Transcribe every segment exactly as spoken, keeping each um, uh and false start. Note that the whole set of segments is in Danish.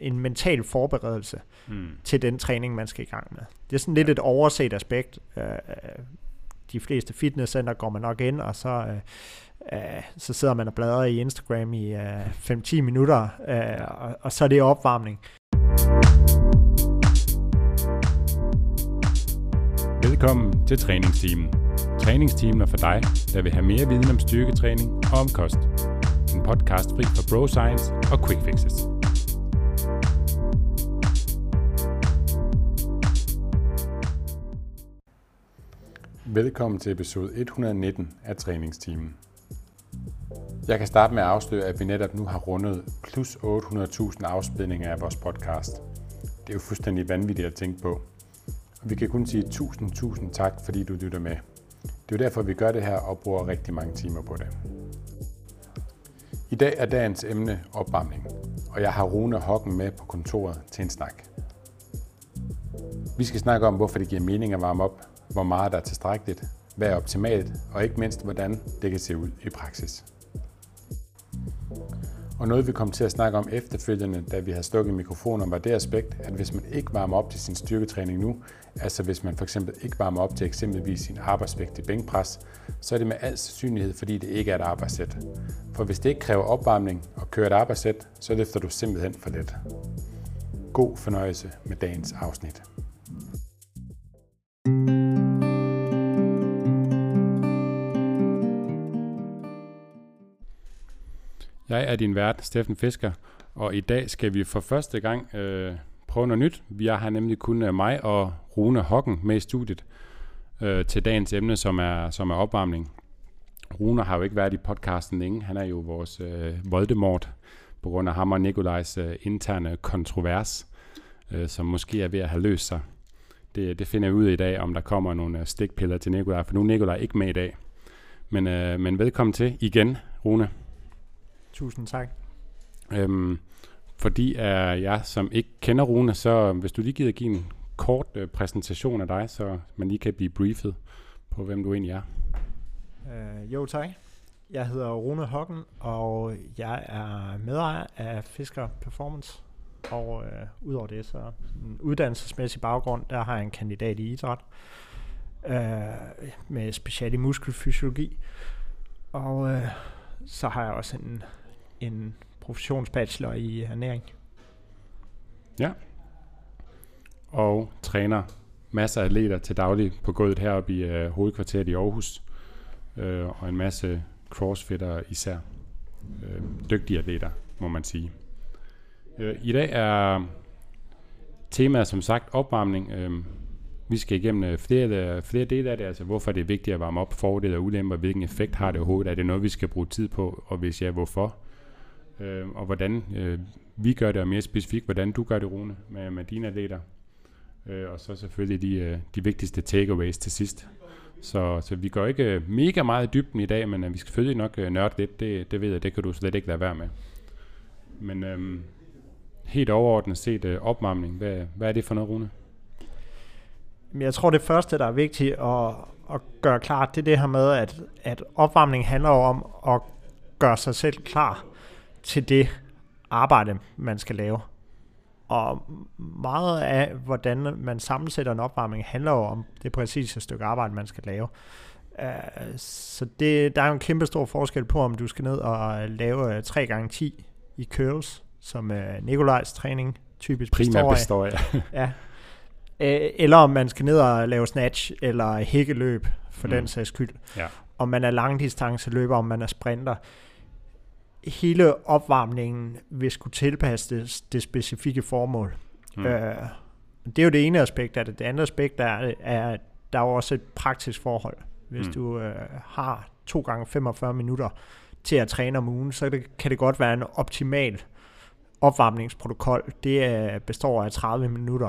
en mental forberedelse mm. til den træning, man skal i gang med. Det er sådan lidt ja. et overset aspekt. Øh, de fleste fitnesscenter går man nok ind, og så, øh, øh, så sidder man og bladrer i Instagram i øh, fem til ti minutter, øh, og, og så er det opvarmning. Velkommen til Træningsteamen. Træningsteamen er for dig, der vil have mere viden om styrketræning og om kost. En podcast fri for bro science og quick fixes. Velkommen til episode et hundrede nitten af Træningsteamen. Jeg kan starte med at afsløre, at vi netop nu har rundet plus otte hundrede tusind afspilninger af vores podcast. Det er jo fuldstændig vanvittigt at tænke på. Og vi kan kun sige tusind, tusind tak, fordi du lytter med. Det er jo derfor, vi gør det her og bruger rigtig mange timer på det. I dag er dagens emne opvarmning, og jeg har Rune Hoggen med på kontoret til en snak. Vi skal snakke om, hvorfor det giver mening at varme op, hvor meget der er tilstrækkeligt, hvad er optimalt, og ikke mindst, hvordan det kan se ud i praksis. Og noget vi kom til at snakke om efterfølgende, da vi havde slukket mikrofonen, var det aspekt, at hvis man ikke varmer op til sin styrketræning nu, altså hvis man for eksempel ikke varmer op til eksempelvis sin arbejdsvægt i bænkpres, så er det med al sandsynlighed, fordi det ikke er et arbejdssæt. For hvis det ikke kræver opvarmning og kører et arbejdssæt, så løfter du simpelthen for let. God fornøjelse med dagens afsnit. Jeg er din vært, Steffen Fisker, og i dag skal vi for første gang øh, prøve noget nyt. Vi har nemlig kun øh, mig og Rune Hoggen med i studiet øh, til dagens emne, som er, som er opvarmning. Rune har jo ikke været i podcasten længe. Han er jo vores øh, Voldemort på grund af ham og Nikolajs øh, interne kontrovers, øh, som måske er ved at have løst sig. Det, det finder vi ud af i dag, om der kommer nogle øh, stikpiller til Nikolaj, for nu er Nikolaj ikke med i dag. Men, øh, men velkommen til igen, Rune. Tusind tak. Øhm, fordi er jeg, som ikke kender Rune, så hvis du lige gider give en kort øh, præsentation af dig, så man lige kan blive briefet på, hvem du egentlig er. Øh, jo, tak. Jeg hedder Rune Hoggen, og jeg er medejer af Fisker Performance. Og øh, udover det, så en uddannelsesmæssig baggrund, der har jeg en kandidat i idræt øh, med speciale i muskelfysiologi. Og øh, så har jeg også en, en professionsbachelor i ernæring. Ja. Og træner masser af atleter til daglig på gulvet heroppe i øh, hovedkvarteret i Aarhus. Øh, og en masse crossfitter især. Øh, dygtige atleter, må man sige. Øh, I dag er temaet som sagt opvarmning. Øh, Vi skal igennem flere, flere dele af det, altså hvorfor det er vigtigt at varme op, fordele og ulemper, hvilken effekt har det overhovedet, er det noget, vi skal bruge tid på, og hvis ja, hvorfor, øh, og hvordan øh, vi gør det, og mere specifikt, hvordan du gør det, Rune, med, med dine atleter, øh, og så selvfølgelig de, øh, de vigtigste takeaways til sidst. Så, så vi går ikke mega meget i dybden i dag, men øh, vi skal selvfølgelig nok øh, nørde lidt, det, det ved jeg, det kan du slet ikke lade være med. Men øh, helt overordnet set øh, opvarmning, hvad, hvad er det for noget, Rune? Jeg tror, det første, der er vigtigt at, at gøre klart, det er det her med, at, at opvarmning handler om at gøre sig selv klar til det arbejde, man skal lave. Og meget af, hvordan man sammensætter en opvarmning, handler jo om det præcise stykke arbejde, man skal lave. Uh, så det, der er jo en kæmpe stor forskel på, om du skal ned og lave tre gange ti i curls, som uh, Nikolajs træning typisk Primært består af. består af. Ja. Eller om man skal ned og lave snatch eller hækkeløb for mm. den sags skyld. Ja. Om man er langdistanceløber, om man er sprinter. Hele opvarmningen vil skulle tilpasse det, det specifikke formål. Mm. Øh, det er jo det ene aspekt af det. Det andet aspekt er, er at der er også et praktisk forhold. Hvis mm. du øh, har to gange femogfyrre minutter til at træne om ugen, så det, kan det godt være en optimal opvarmningsprotokol. Det øh, består af tredive minutter.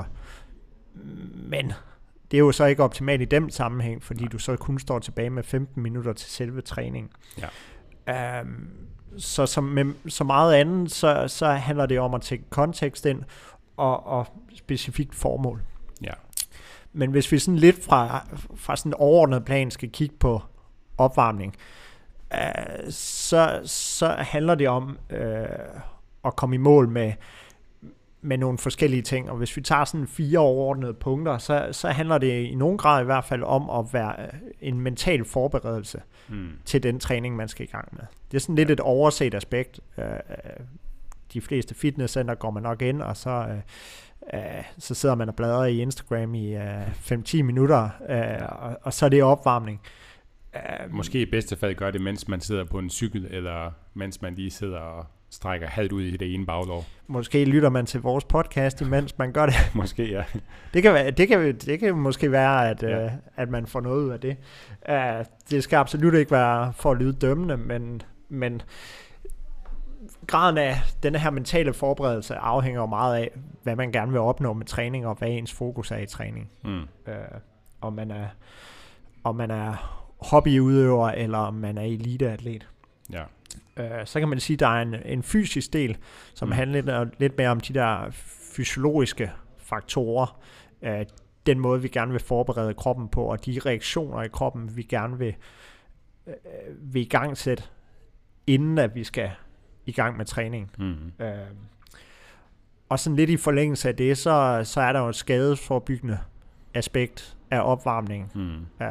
Men det er jo så ikke optimalt i den sammenhæng, fordi Nej. du så kun står tilbage med femten minutter til selve træningen. Ja. Um, så som med så meget andet, så, så handler det om at tage kontekst ind og, og specifikt formål. Ja. Men hvis vi sådan lidt fra, fra sådan en overordnet plan skal kigge på opvarmning, uh, så, så handler det om uh, at komme i mål med med nogle forskellige ting, og hvis vi tager sådan fire overordnede punkter, så, så handler det i nogen grad i hvert fald om at være en mental forberedelse mm. til den træning, man skal i gang med. Det er sådan lidt ja. et overset aspekt. De fleste fitnesscenter går man nok ind, og så, så sidder man og bladrer i Instagram i fem til ti minutter, og, og så er det opvarmning. Måske i bedste fald gør det, mens man sidder på en cykel, eller mens man lige sidder og strækker halvt ud i det ene baglov. Måske lytter man til vores podcast, imens man gør det. Måske, ja. Det kan, være, det kan, det kan måske være, at, ja. uh, at man får noget ud af det. Uh, det skal absolut ikke være for at lyde dømmende, men, men graden af denne her mentale forberedelse afhænger jo meget af, hvad man gerne vil opnå med træning, og hvad ens fokus er i træning. Mm. Uh, om man er, om man er hobbyudøver, eller om man er eliteatlet. Ja. Uh, så kan man sige, at der er en, en fysisk del, som mm. handler lidt mere om de der fysiologiske faktorer. Uh, den måde, vi gerne vil forberede kroppen på, og de reaktioner i kroppen, vi gerne vil, uh, vil i gang sætte, inden at vi skal i gang med træning. Mm. Uh, og sådan lidt i forlængelse af det, så, så er der jo et skadesforebyggende aspekt af opvarmning. Mm. Uh,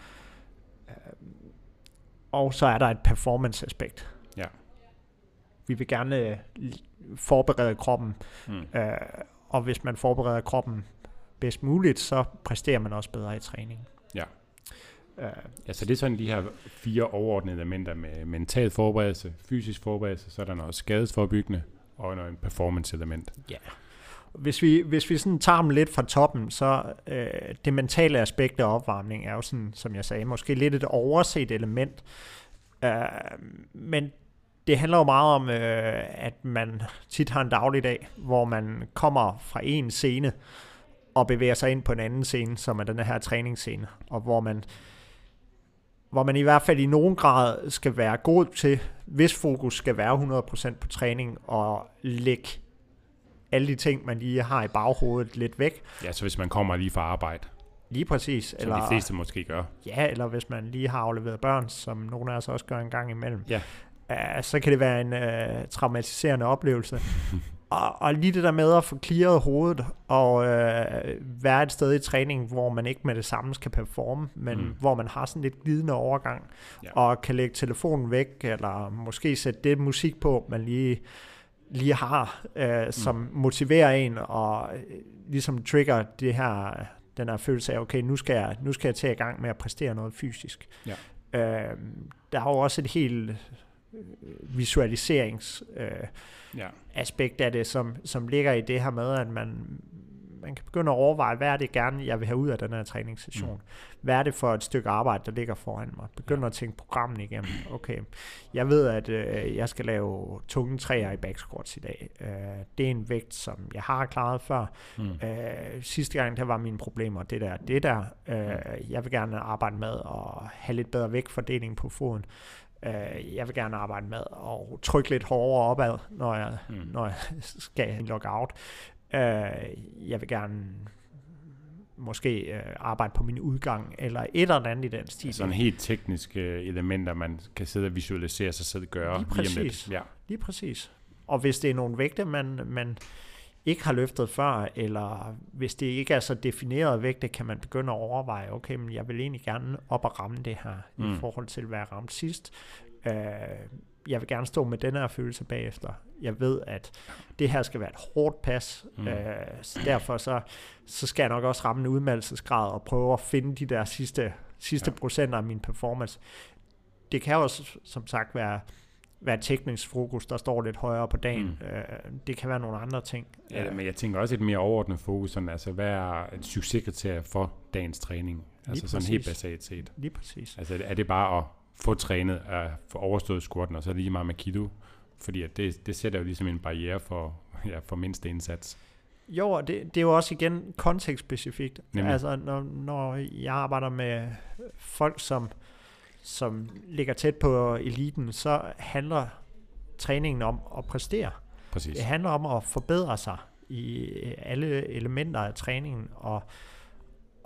Og så er der et performance-aspekt. Ja. Vi vil gerne forberede kroppen, mm. øh, og hvis man forbereder kroppen bedst muligt, så præsterer man også bedre i træning. Ja. Øh. Ja, så det er sådan de her fire overordnede elementer med mental forberedelse, fysisk forberedelse, så er der noget skadesforebyggende og noget performance-element. Ja. Hvis vi, hvis vi sådan tager dem lidt fra toppen, så øh, det mentale aspekt af opvarmning er jo sådan, som jeg sagde, måske lidt et overset element. Øh, men det handler jo meget om, øh, at man tit har en dagligdag, hvor man kommer fra en scene og bevæger sig ind på en anden scene, som er den her træningsscene, og hvor man, hvor man i hvert fald i nogen grad skal være god til, hvis fokus skal være hundrede procent på træning, og lægge alle de ting, man lige har i baghovedet lidt væk. Ja, så hvis man kommer lige fra arbejde. Lige præcis. Som eller, de fleste måske gør. Ja, eller hvis man lige har afleveret børn, som nogle af os også gør en gang imellem. Ja. Uh, så kan det være en uh, traumatiserende oplevelse. og, og lige det der med at få clearet hovedet, og uh, være et sted i træning, hvor man ikke med det samme skal performe, men mm. hvor man har sådan lidt glidende overgang, ja. og kan lægge telefonen væk, eller måske sætte det musik på, man lige lige har, øh, som mm. motiverer en, og øh, ligesom trigger det her, den her følelse af, okay, nu skal jeg, nu skal jeg tage i gang med at præstere noget fysisk. Ja. Øh, der er jo også et helt visualiserings øh, ja. aspekt af det, som, som ligger i det her med, at man, man kan begynde at overveje, hvad er det gerne, jeg vil have ud af den her træningssession. Mm. Hvad er det for et stykke arbejde, der ligger foran mig? Begynder ja. at tænke programmet igennem. Okay, jeg ved, at øh, jeg skal lave tunge træer i back squats i dag. Øh, det er en vægt, som jeg har klaret før. Mm. Øh, sidste gang, der var mine problemer, det der, det der. Øh, jeg vil gerne arbejde med at have lidt bedre vægtfordeling på foden. Uh, jeg vil gerne arbejde med at trykke lidt hårdere opad, når jeg, mm. når jeg skal logge out. Uh, jeg vil gerne måske uh, arbejde på min udgang, eller et eller andet i den stil. Sådan helt tekniske elementer, man kan sidde og visualisere sig selv gøre. Lige præcis. Ja. Lige præcis. Og hvis det er nogle vægte, man, man ikke har løftet før, eller hvis det ikke er så defineret vægte, kan man begynde at overveje, okay, men jeg vil egentlig gerne op og ramme det her, mm. i forhold til, hvad jeg ramte sidst. Uh, jeg vil gerne stå med den her følelse bagefter. Jeg ved, at det her skal være et hårdt pas, mm. uh, så derfor så, så skal jeg nok også ramme en udmeldelsesgrad, og prøve at finde de der sidste, sidste ja. procenter af min performance. Det kan også, som sagt, være være teknisk fokus, der står lidt højere på dagen. Mm. Uh, det kan være nogle andre ting. Ja, men jeg tænker også et mere overordnet fokus, sådan, altså hvad er et succeskriterie for dagens træning? Altså sådan helt basalt set. Lige præcis. Altså er det bare at få trænet, at få overstået squatten, og så lige meget med kilo? Fordi at det, det sætter jo ligesom en barriere for, ja, for mindste indsats. Jo, og det, det er jo også igen kontekstspecifikt. Nemlig. Altså når, når jeg arbejder med folk, som som ligger tæt på eliten, så handler træningen om at præstere. Præcis. Det handler om at forbedre sig i alle elementer af træningen, og, og,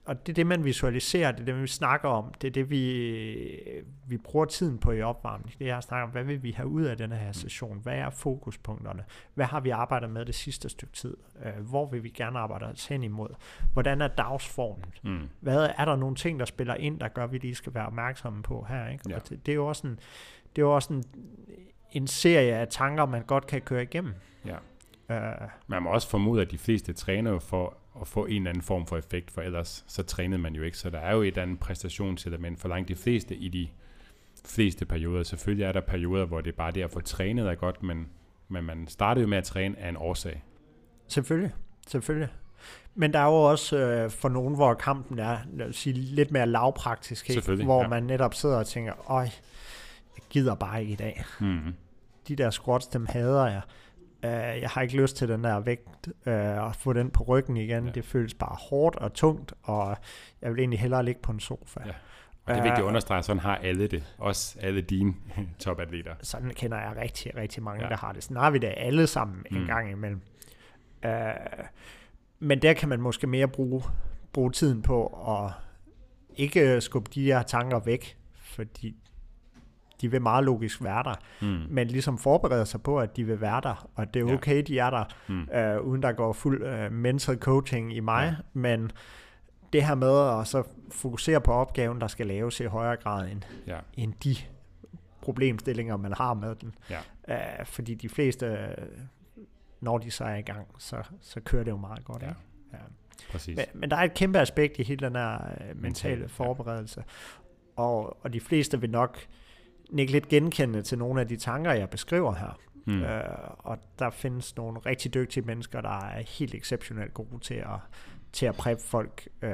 og det er det, man visualiserer, det er det, vi snakker om, det er det, vi, vi bruger tiden på i opvarmning. Det er at snakke om, hvad vil vi have ud af denne her session? Hvad er fokuspunkterne? Hvad har vi arbejdet med det sidste stykke tid? Hvor vil vi gerne arbejde os hen imod? Hvordan er dagsformen? Mm. Hvad er der nogle ting, der spiller ind, der gør, at vi lige skal være opmærksomme på her? Ikke? Ja. Det, det er jo også, en, det er jo også en, en serie af tanker, man godt kan køre igennem. Ja. Uh, man må også formode, at de fleste træner for at få en eller anden form for effekt, for ellers så trænede man jo ikke. Så der er jo et eller andet præstationselement for langt de fleste i de fleste perioder. Selvfølgelig er der perioder, hvor det bare det at få trænet er godt, men, men man startede jo med at træne af en årsag. Selvfølgelig, selvfølgelig. Men der er jo også øh, for nogen, hvor kampen er lad os sige, lidt mere lavpraktisk, ikke? Hvor ja. man netop sidder og tænker, øj, jeg gider bare ikke i dag. Mm-hmm. De der squats, dem hader jeg. Uh, jeg har ikke lyst til den der vægt uh, og få den på ryggen igen. Ja. Det føles bare hårdt og tungt, og jeg vil egentlig hellere ligge på en sofa. Ja. Og det er vigtigt at understrege, sådan har alle det. Også alle dine topatleter. Sådan kender jeg rigtig, rigtig mange, ja. der har det. Sådan har vi det alle sammen mm. en gang imellem. Uh, men der kan man måske mere bruge, bruge tiden på at ikke skubbe de her tanker væk, fordi de vil meget logisk være der, mm. men ligesom forberede sig på, at de vil være der, og det er okay, ja. de er der, mm. øh, uden der går fuld øh, mental coaching i mig, ja. men det her med at så fokusere på opgaven, der skal laves i højere grad end, ja. end de problemstillinger, man har med den. Ja. Øh, fordi de fleste, når de så er i gang, så, så kører det jo meget godt. Ja. Ja. Præcis. Men, men der er et kæmpe aspekt i hele den her øh, mentale forberedelse, ja. og, og de fleste vil nok ikke lidt genkendende til nogle af de tanker, jeg beskriver her. Mm. Øh, og der findes nogle rigtig dygtige mennesker, der er helt exceptionelt gode til at, til at præppe folk, øh,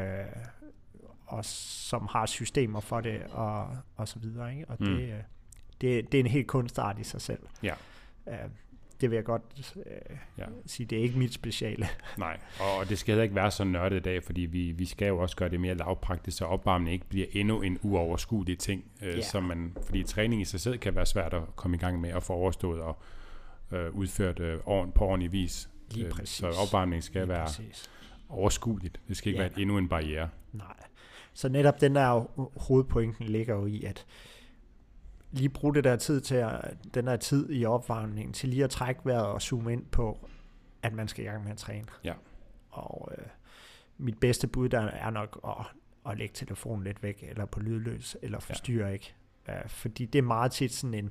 og som har systemer for det, og, og så videre. Ikke? Og mm. det, det, det er en helt kunstart i sig selv. Ja. Øh, det vil jeg godt øh, ja. sige, det er ikke mit speciale. Nej, og det skal heller ikke være så nørdet i dag, fordi vi, vi skal jo også gøre det mere lavpraktisk, så opvarmning ikke bliver endnu en uoverskuelig ting, øh, yeah. som man, fordi træning i sig selv kan være svært at komme i gang med at få overstået og øh, udført øh, på ordentlig vis. Lige præcis. Så opvarmning skal Lige være præcis. overskueligt. Det skal ikke yeah. være endnu en barriere. Nej. Så netop den der hovedpointen ligger jo i, at lige bruge det der tid til at, den der tid i opvarmningen til lige at trække vejret og zoome ind på, at man skal i gang med at træne. Ja. Og øh, mit bedste bud der er nok at, at lægge telefonen lidt væk, eller på lydløs, eller forstyrre ja. ikke. Uh, fordi det er meget tit sådan en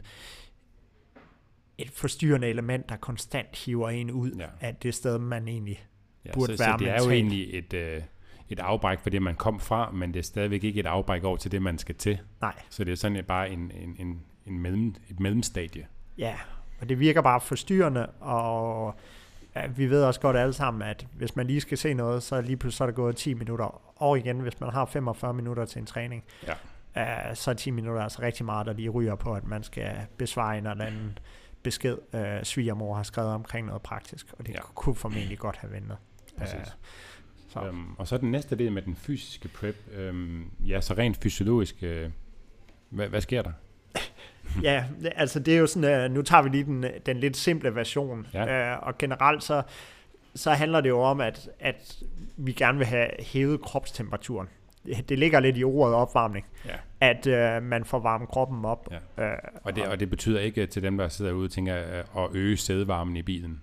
et forstyrrende element, der konstant hiver en ud ja. af det sted, man egentlig ja, burde så, være. Så det er jo egentlig et... Øh et afbræk for det, man kom fra, men det er stadigvæk ikke et afbræk over til det, man skal til. Nej. Så det er sådan bare en, en, en, en mellem, et mellemstadie. Ja, og det virker bare forstyrrende, og ja, vi ved også godt alle sammen, at hvis man lige skal se noget, så lige pludselig så er det gået ti minutter. Og igen, hvis man har femogfyrre minutter til en træning, ja. uh, så er ti minutter altså rigtig meget, der lige ryger på, at man skal besvare en eller anden besked, uh, svigermor har skrevet omkring noget praktisk, og det ja. kunne formentlig godt have ventet. Præcis. Uh, Så. Øhm, og så den næste del med den fysiske prep. Øhm, ja, så rent fysiologisk, øh, hvad, hvad sker der? Ja, altså det er jo sådan, uh, nu tager vi lige den, den lidt simple version, ja. uh, og generelt så, så handler det jo om, at, at vi gerne vil have hævet kropstemperaturen. Det, det ligger lidt i ordet opvarmning, ja. at uh, man får varmet kroppen op. Ja. Uh, og, det, og det betyder ikke til dem, der sidder ude og tænker at øge sædevarmen i bilen?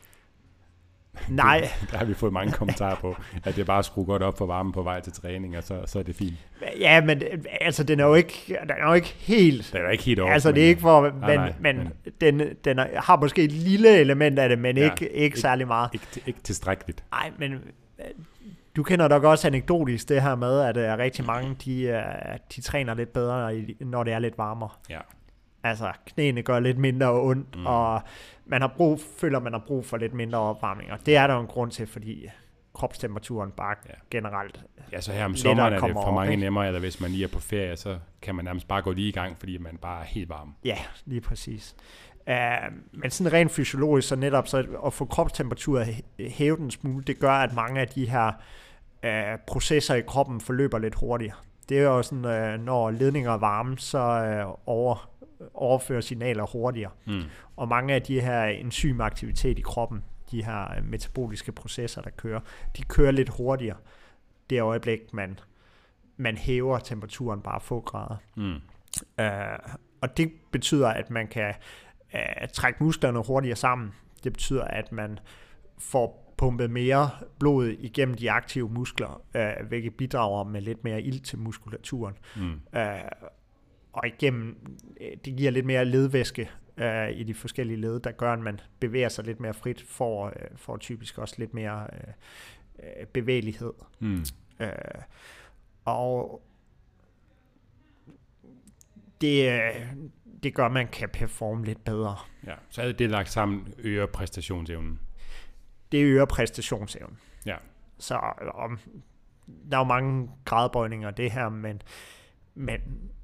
Nej. Det, der har vi fået mange kommentarer på, at det er bare at skrue godt op for varmen på vej til træning, og så, så er det fint. Ja, men altså, den er jo ikke, den er jo ikke helt... Den er ikke helt over. Altså, det er ikke for... Men, nej, nej, men, men den, den er, har måske et lille element af det, men ja, ikke, ikke, ikke særlig meget. Ikke, ikke tilstrækkeligt. Nej, men du kender nok også anekdotisk det her med, at uh, rigtig mange, de, uh, de træner lidt bedre, når det er lidt varmere. Ja. Altså, knæene gør lidt mindre ondt, mm. og man har brug, føler, man har brug for lidt mindre opvarmning, og det er der jo en grund til, fordi kropstemperaturen bare ja. generelt ja, så her om sommeren er det for mange op, nemmere, eller hvis man lige er på ferie, så kan man nærmest bare gå lige i gang, fordi man bare er helt varm. Ja, lige præcis. Uh, men sådan rent fysiologisk, så netop så at få kropstemperatur hævet en smule, det gør, at mange af de her uh, processer i kroppen forløber lidt hurtigere. Det er jo sådan, uh, når ledninger er varme, så uh, over overfører signaler hurtigere. Mm. Og mange af de her enzymaktivitet i kroppen, de her metaboliske processer, der kører, de kører lidt hurtigere. det øjeblik, man, man hæver temperaturen bare få grader. Mm. Øh, og det betyder, at man kan øh, trække musklerne hurtigere sammen. Det betyder, at man får pumpet mere blod igennem de aktive muskler, øh, hvilket bidrager med lidt mere ilt til muskulaturen. Mm. Øh, og igennem, det giver lidt mere ledvæske øh, i de forskellige led, der gør, at man bevæger sig lidt mere frit, for, øh, for typisk også lidt mere øh, bevægelighed. Mm. Øh, og det, det gør, at man kan performe lidt bedre. Ja, så er det lagt sammen øger præstationsevnen. Det øger præstationsevnen. Ja. Så om, der er jo mange gradbøjninger det her, men, men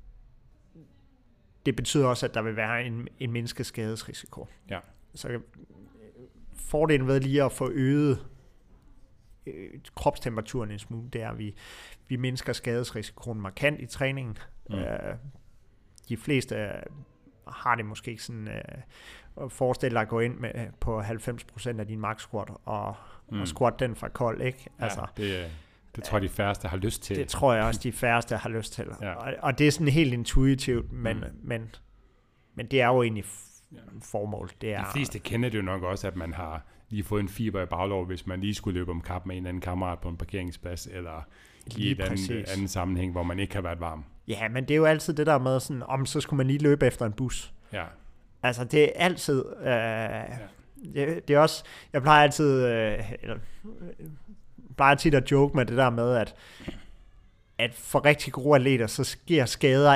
det betyder også, at der vil være en, en mindsket skadesrisiko. Ja. Så fordelen ved lige at få øget øh, kropstemperaturen en smule, det er, at vi, vi mindsker skadesrisikoen markant i træningen. Mm. Øh, de fleste har det måske ikke sådan øh, at forestille dig at gå ind med, på halvfems procent af din max squat og, mm. og squat den fra kold, ikke? Altså, ja, det, det tror jeg, de færreste har lyst til. Det tror jeg også, de færreste har lyst til. Ja. Og, og det er sådan helt intuitivt, men, mm. men, men det er jo egentlig f- formål. Det er, de fleste kender det jo nok også, at man har lige fået en fiber i baglov, hvis man lige skulle løbe om kap med en anden kammerat på en parkeringsplads, eller i et andet, anden sammenhæng, hvor man ikke har været varm. Ja, men det er jo altid det der med, sådan, om så skulle man lige løbe efter en bus. Ja. Altså, det er altid... Øh, ja. det, det er også... Jeg plejer altid... Øh, eller, plejer tit at joke med det der med, at, at for rigtig gode atleter, så sker skader,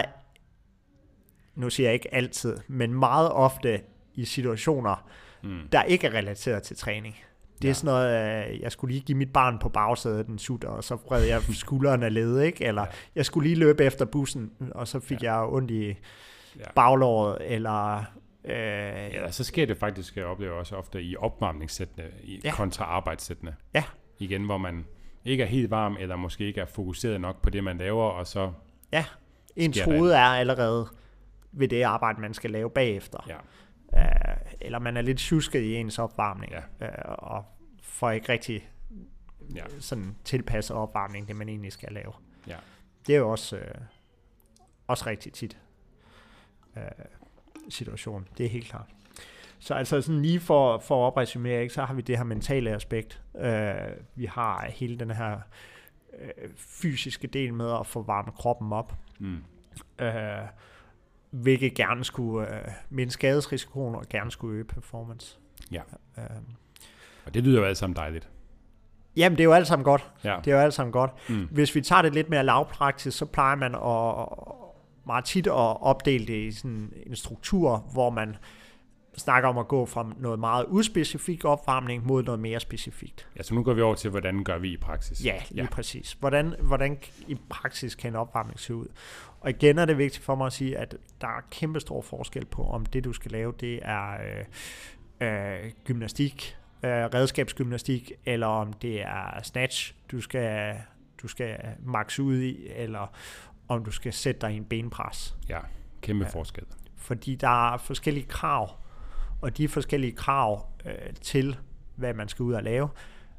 nu siger jeg ikke altid, men meget ofte i situationer, mm. der ikke er relateret til træning. Det er ja. sådan noget, øh, jeg skulle lige give mit barn på bagsædet en sut, og så vred jeg skulderen af led, ikke? Eller ja. jeg skulle lige løbe efter bussen, og så fik ja. jeg ondt i ja. baglåret, eller... Øh, ja, så sker det faktisk, jeg oplever også ofte i opvarmningssættene, i ja. kontra arbejdssættene. Ja. Igen, hvor man ikke er helt varm, eller måske ikke er fokuseret nok på det, man laver, og så... Ja, ens hoved er allerede ved det arbejde, man skal lave bagefter. Ja. Uh, eller man er lidt tjusket i ens opvarmning, ja. uh, og får ikke rigtig ja. sådan tilpasset opvarmning, det man egentlig skal lave. Ja. Det er jo også, uh, også rigtig tit uh, situation, det er helt klart. Så altså sådan lige for, for at opresumere, ikke, så har vi det her mentale aspekt. Uh, vi har hele den her uh, fysiske del med at få varmet kroppen op. Mm. Uh, hvilket gerne skulle øh, mindske skadesrisikoen og gerne skulle øge performance. Ja. Øhm. Og det lyder jo alt sammen dejligt. Jamen, det er jo alt sammen godt. Ja. Det er jo alt sammen godt. Mm. Hvis vi tager det lidt mere lavpraktisk, så plejer man at, meget tit at opdele det i sådan en struktur, hvor man snakker om at gå fra noget meget uspecifik opvarmning mod noget mere specifikt. Ja, så nu går vi over til, hvordan gør vi i praksis. Ja, lige ja. præcis. Hvordan, hvordan i praksis kan en opvarmning se ud? Og igen er det vigtigt for mig at sige, at der er kæmpe stor forskel på, om det du skal lave, det er øh, øh, gymnastik, øh, redskabsgymnastik, eller om det er snatch, du skal, du skal maxe ud i, eller om du skal sætte dig i en benpres. Ja, kæmpe ja. forskel. Fordi der er forskellige krav, og de forskellige krav øh, til, hvad man skal ud og lave,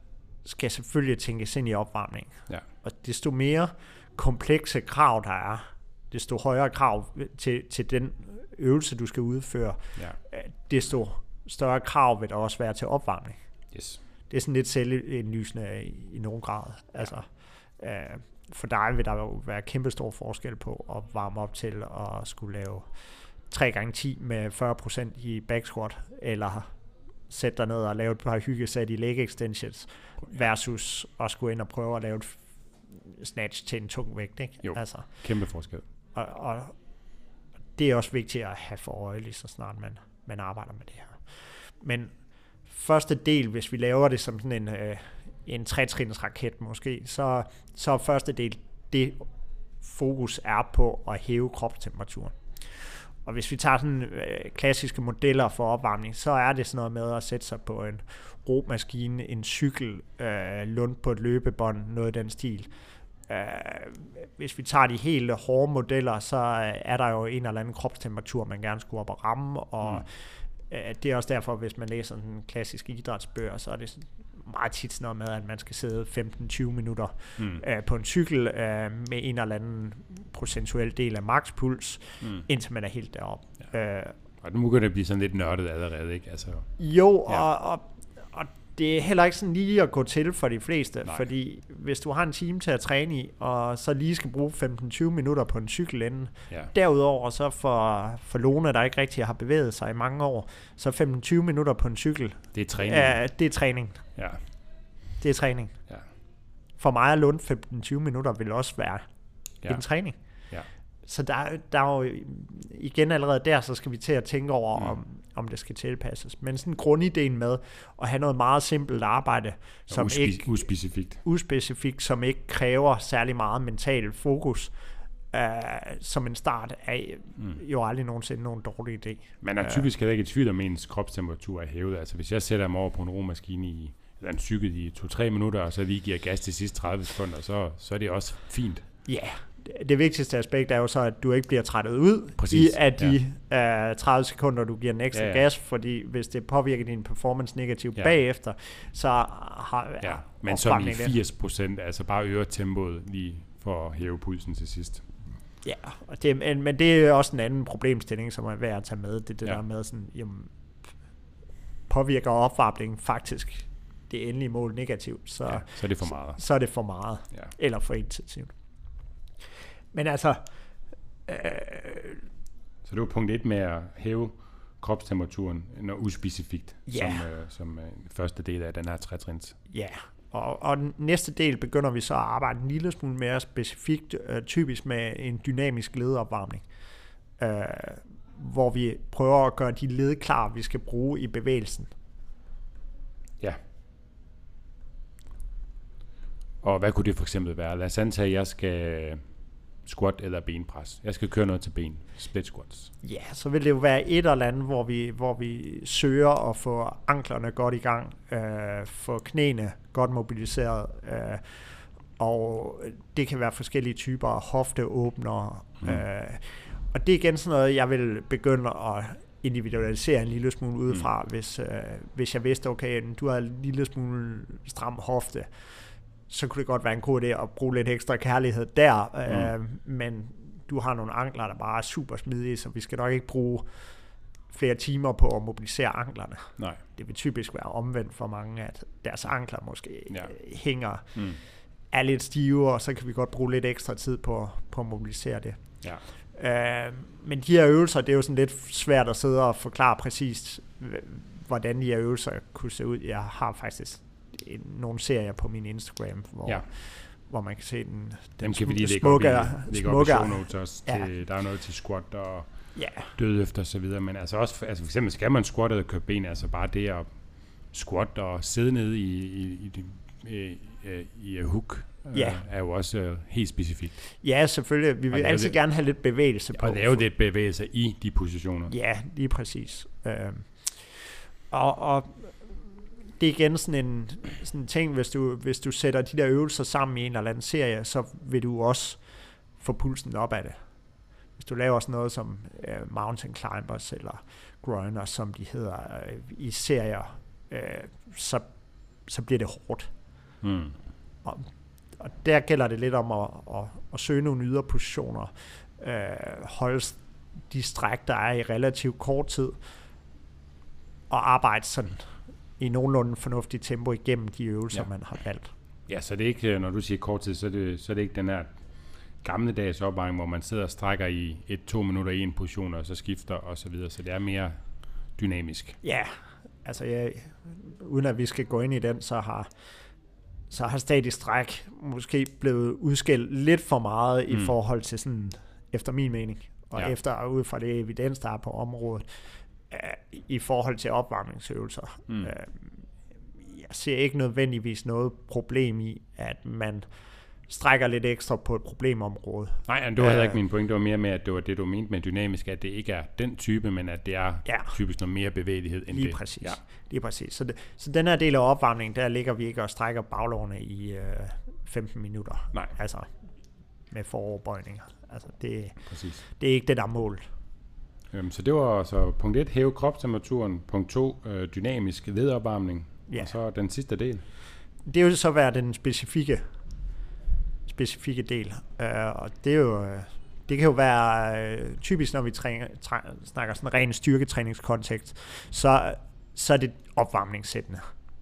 skal selvfølgelig tænkes ind i opvarmning. Ja. Og desto mere komplekse krav der er, desto højere krav til, til den øvelse, du skal udføre, ja. desto større krav vil der også være til opvarmning. Yes. Det er sådan lidt selvindlysende i, i nogen grad. Ja. Altså, øh, for dig vil der jo være kæmpe stor forskel på at varme op til at skulle lave tre gange ti med fyrre procent i back squat, eller sætte dig ned og lave et par hyggesæt i leg extensions, versus at skulle ind og prøve at lave et snatch til en tung vægt. Ikke? Jo, altså, kæmpe forskel. Og, og det er også vigtigt at have for øje, lige så snart man, man arbejder med det her. Men første del, hvis vi laver det som sådan en, øh, en tretrins raket måske, så, så er første del, det fokus er på at hæve kropstemperaturen. Og hvis vi tager sådan øh, klassiske modeller for opvarmning, så er det sådan noget med at sætte sig på en romaskine, en cykel, øh, lund på et løbebånd, noget i den stil. Øh, hvis vi tager de helt hårde modeller, så er der jo en eller anden kropstemperatur, man gerne skulle op og ramme, og mm. øh, det er også derfor, hvis man læser en klassisk idrætsbøger, så er det meget tit sådan noget med, at man skal sidde femten til tyve minutter Mm. øh, på en cykel øh, med en eller anden procentuel del af makspuls, Mm. indtil man er helt deroppe. Ja. Øh, Og nu begynder det at blive sådan lidt nørdet allerede, ikke? Altså, jo, Ja. og, og, og det er heller ikke sådan lige at gå til for de fleste, Nej. fordi hvis du har en time til at træne i, og så lige skal bruge femten til tyve minutter på en cykel inden, ja. derudover så for, for Lone, der ikke rigtig har bevæget sig i mange år, så femten til tyve minutter på en cykel, Det er træning. øh, det er træning. Ja. Det er træning. Ja. For mig at Lund femten til tyve minutter vil også være Ja. en træning. Ja. Så der, der er jo igen allerede der, så skal vi til at tænke over, Mm. om, om det skal tilpasses. Men sådan grundideen med at have noget meget simpelt arbejde, som Uspe- ikke uspecifikt. uspecifikt, som ikke kræver særlig meget mental fokus, øh, som en start, er Mm. jo aldrig nogensinde nogen dårlig idé. Man er typisk heller ikke i tvivl om, ens kropstemperatur er hævet. Altså hvis jeg sætter mig over på en romaskine i, eller en cykel i to til tre minutter, og så lige giver gas de sidste tredive sekunder, så, så er det også fint. Ja, yeah. Det vigtigste aspekt er jo så, at du ikke bliver trættet ud Præcis, i af de ja. uh, tredive sekunder, du giver den ekstra ja, ja, ja. ja. gas, fordi hvis det påvirker din performance negativt Ja. ja. bagefter, så har Ja, ja, men som i opbakning der. firs procent, altså bare øger tempoet lige for at hæve pulsen til sidst. Ja, og det, men, men det er også en anden problemstilling, som er værd at tage med. Det, det Ja. der med, sådan, jamen, påvirker opvarmningen faktisk det endelige mål negativt, så, Ja, så er det for meget. så er det for meget, Ja. eller for intensivt. Men altså, øh, Så det var punkt et med at hæve kropstemperaturen, når uspecifikt, Ja. som, øh, som øh, første del af den her tretrins. ja, og, og den næste del begynder vi så at arbejde en lille smule mere specifikt, øh, typisk med en dynamisk ledopvarmning, øh, hvor vi prøver at gøre de led klar, vi skal bruge i bevægelsen. Ja. Og hvad kunne det for eksempel være? Lad os antage, at jeg skal squat eller benpres. Jeg skal køre noget til ben. Split squats. Ja, så vil det jo være et eller andet, hvor vi, hvor vi søger at få anklerne godt i gang, øh, få knæene godt mobiliseret, øh, og det kan være forskellige typer af hofteåbnere. Mm. Øh, og det er igen sådan noget, jeg vil begynde at individualisere en lille smule udefra, mm. hvis, øh, hvis jeg vidste, okay, du har en lille smule stram hofte, så kunne det godt være en god idé at bruge lidt ekstra kærlighed der, mm. øh, men du har nogle ankler, der bare er super smidige, så vi skal nok ikke bruge flere timer på at mobilisere anklerne. Nej. Det vil typisk være omvendt for mange, at deres ankler måske Ja. hænger, Mm. er lidt stive, og så kan vi godt bruge lidt ekstra tid på, på at mobilisere det. Ja. Øh, men de her øvelser, det er jo sådan lidt svært at sidde og forklare præcist, hvordan de her øvelser kunne se ud. Jeg har faktisk en, nogle serier på min Instagram, hvor, Ja. hvor man kan se den, den Dem kan vi lige lægge smukke, op i, lægge op i show notes også. Ja. Til, der er noget til squat og ja. dødløft og så videre. Men altså også, altså for eksempel skal man squat eller køre ben, altså bare det at squat og sidde nede i, i, i, i, i, i hook, Ja. øh, er jo også øh, helt specifikt. Ja, selvfølgelig. Vi vil Og altid det- gerne have lidt bevægelse på. Og lave lidt bevægelse i de positioner. Ja, lige præcis. Øh, og, og det er igen sådan en, sådan en ting, hvis du, hvis du sætter de der øvelser sammen i en eller anden serie, så vil du også få pulsen op af det. Hvis du laver sådan noget som øh, mountain climbers eller groiners, som de hedder øh, i serier, øh, så, så bliver det hårdt. Mm. Og, og der gælder det lidt om at, at, at søge nogle yderpositioner, øh, holde de stræk, der er i relativt kort tid, og arbejde sådan i nogenlunde fornuftigt tempo igennem de øvelser, Ja. man har valgt. Ja, så det er ikke, når du siger kort tid, så er det, så er det ikke den her gammeldags opvarmning, hvor man sidder og strækker i et-to minutter i en position, og så skifter og så videre. Så det er mere dynamisk. Ja, altså jeg, uden at vi skal gå ind i den, så har så har statisk stræk måske blevet udskilt lidt for meget mm. i forhold til sådan, efter min mening, og Ja. ja. efter ud fra det evidens, der er på området, øh, i forhold til opvarmningsøvelser. Mm. Øh, jeg ser ikke nødvendigvis noget problem i, at man strækker lidt ekstra på et problemområde. Nej, det var heller Øh. ikke min point. Det var mere med, at det var det, du mente med dynamisk, at det ikke er den type, men at det er Ja. typisk noget mere bevægelighed end Lige det. præcis. Ja. Lige præcis. Så, det, så den her del af opvarmningen, der ligger vi ikke og strækker baglårene i øh, femten minutter. Nej. Altså med foroverbøjninger. Altså det, Præcis. det er ikke det, der er målet. Øhm, så det var så punkt et, hæve kropstemperaturen. Punkt to, øh, dynamisk ledopvarmning. Ja. Og så den sidste del. Det vil så være den specifikke, specifikke del. Uh, og det er jo... Det kan jo være uh, typisk, når vi træner, træ, snakker sådan en ren styrketræningskontekst, så, så er det opvarmningssættende.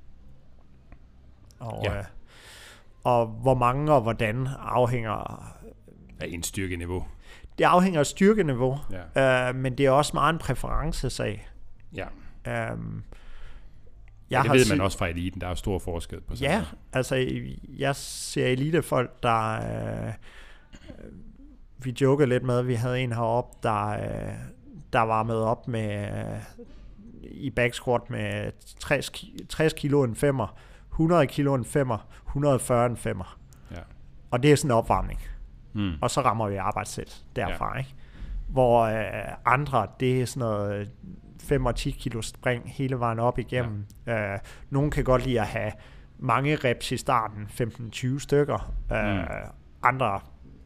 Og, ja. uh, og hvor mange og hvordan afhænger... Af en styrkeniveau. Det afhænger af styrkeniveau, ja. uh, men det er også meget en præferencesag. Ja. Um, ja, det ved man også fra eliten. Der er jo stor forskel på sådan Ja, noget. altså jeg ser elitefolk, der... Uh, vi jokede lidt med, at vi havde en heroppe, der, der var med op med i back squat med tres kilo en femmer, hundrede kilo en femmer, et hundrede og fyrre en femmer. Ja. Og det er sådan en opvarmning. Mm. Og så rammer vi arbejdssæt derfra, ja. ikke? Hvor øh, andre, det er sådan noget fem og ti kilo spring hele vejen op igennem. Ja. Øh, nogle kan godt lide at have mange reps i starten, femten tyve stykker. Øh, mm. Andre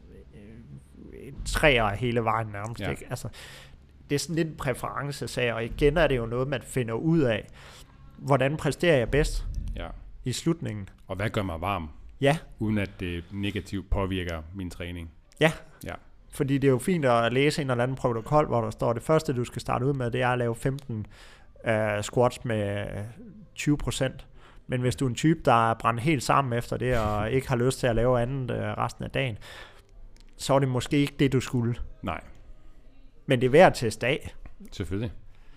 træer hele vejen nærmest, ja. ikke? Altså, det er sådan lidt en præferencesag, og igen er det jo noget, man finder ud af, hvordan præsterer jeg bedst ja. i slutningen. Og hvad gør mig varm? Ja. Uden at det negativt påvirker min træning. Ja. ja. Fordi det er jo fint at læse en eller anden protokol, hvor der står, at det første, du skal starte ud med, det er at lave femten uh, squats med tyve procent. Men hvis du er en type, der er brændt helt sammen efter det, og ikke har lyst til at lave andet uh, resten af dagen, så er det måske ikke det, du skulle. Nej. Men det er værd at teste af. Selvfølgelig.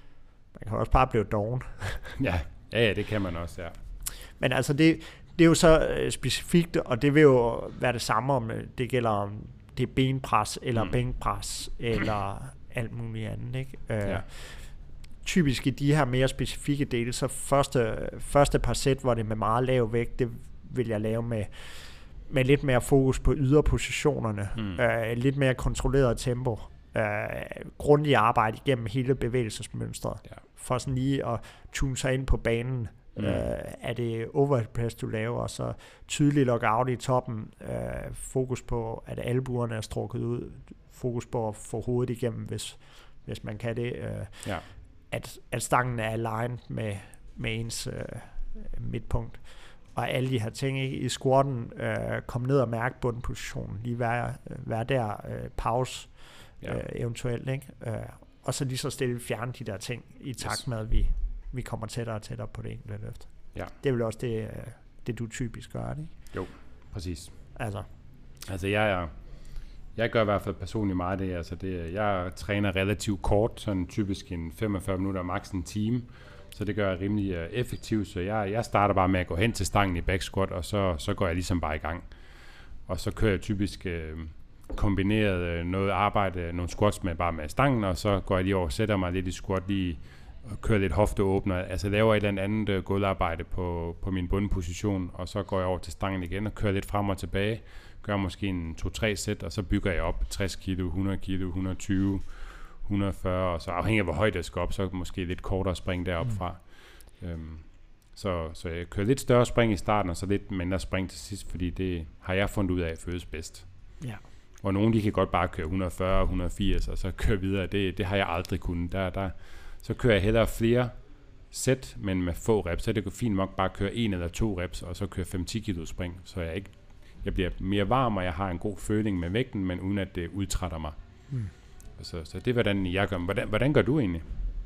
Man kan også bare blive doven. ja. ja, ja, det kan man også, ja. Men altså, det, det er jo så øh, specifikt, og det vil jo være det samme, om det gælder om det er benpres, eller mm. bænkpres, eller alt muligt andet, ikke? Øh, ja. Typisk i de her mere specifikke dele, så første, første par sæt, hvor det er med meget lav vægt, det vil jeg lave med med lidt mere fokus på yderpositionerne, mm. øh, lidt mere kontrolleret tempo, øh, grundig arbejde igennem hele bevægelsesmønstret, ja. for sådan lige at tune sig ind på banen. Mm. Øh, er det overhead press, du laver, og så tydelig lockout i toppen, øh, fokus på, at albuerne er strukket ud, fokus på at få hovedet igennem, hvis, hvis man kan det, øh, ja. at, at stangen er aligned med, med ens øh, midtpunkt. Og alle de her ting, ikke? I squatten, øh, kom ned og mærke bundpositionen, lige være, være der, øh, pause ja. øh, eventuelt, ikke? Øh, og så lige så stille fjerne de der ting, i takt yes. med, at vi, vi kommer tættere og tættere på det enkelte løft. Ja. Det er vel også det, øh, det du typisk gør, ikke? Jo, præcis. Altså, altså jeg er, jeg gør i hvert fald personligt meget det, altså det, jeg træner relativt kort, sådan typisk en femogfyrre minutter, maks en time, så det gør jeg rimelig uh, effektivt, så jeg, jeg starter bare med at gå hen til stangen i back squat, og så, så går jeg ligesom bare i gang. Og så kører jeg typisk uh, kombineret uh, noget arbejde, nogle squats med bare med stangen, og så går jeg lige over, sætter mig lidt i squat, lige og kører lidt hofteåbner, altså laver et eller andet uh, gulvarbejde på, på min bundposition, og så går jeg over til stangen igen og kører lidt frem og tilbage, gør måske en to-tre sæt, og så bygger jeg op tres kilo, hundrede kilo, et hundrede og tyve, et hundrede og fyrre, og så afhængig af hvor højt jeg skal op, så måske lidt kortere spring deroppe mm. fra. Øhm, så, så jeg kører lidt større spring i starten, og så lidt mindre spring til sidst, fordi det har jeg fundet ud af, at føles bedst. Ja. Og nogle de kan godt bare køre et hundrede og fyrre, et hundrede og firs, og så køre videre. Det, det har jeg aldrig kunnet. Der, der, så kører jeg hellere flere sæt, men med få reps. Så er det fint nok bare at køre en eller to reps, og så køre fem til ti kilo spring, så jeg ikke jeg bliver mere varm, og jeg har en god føling med vægten, men uden at det udtrætter mig. Mm. Så, så det er, hvordan jeg gør. Hvordan, hvordan gør du egentlig?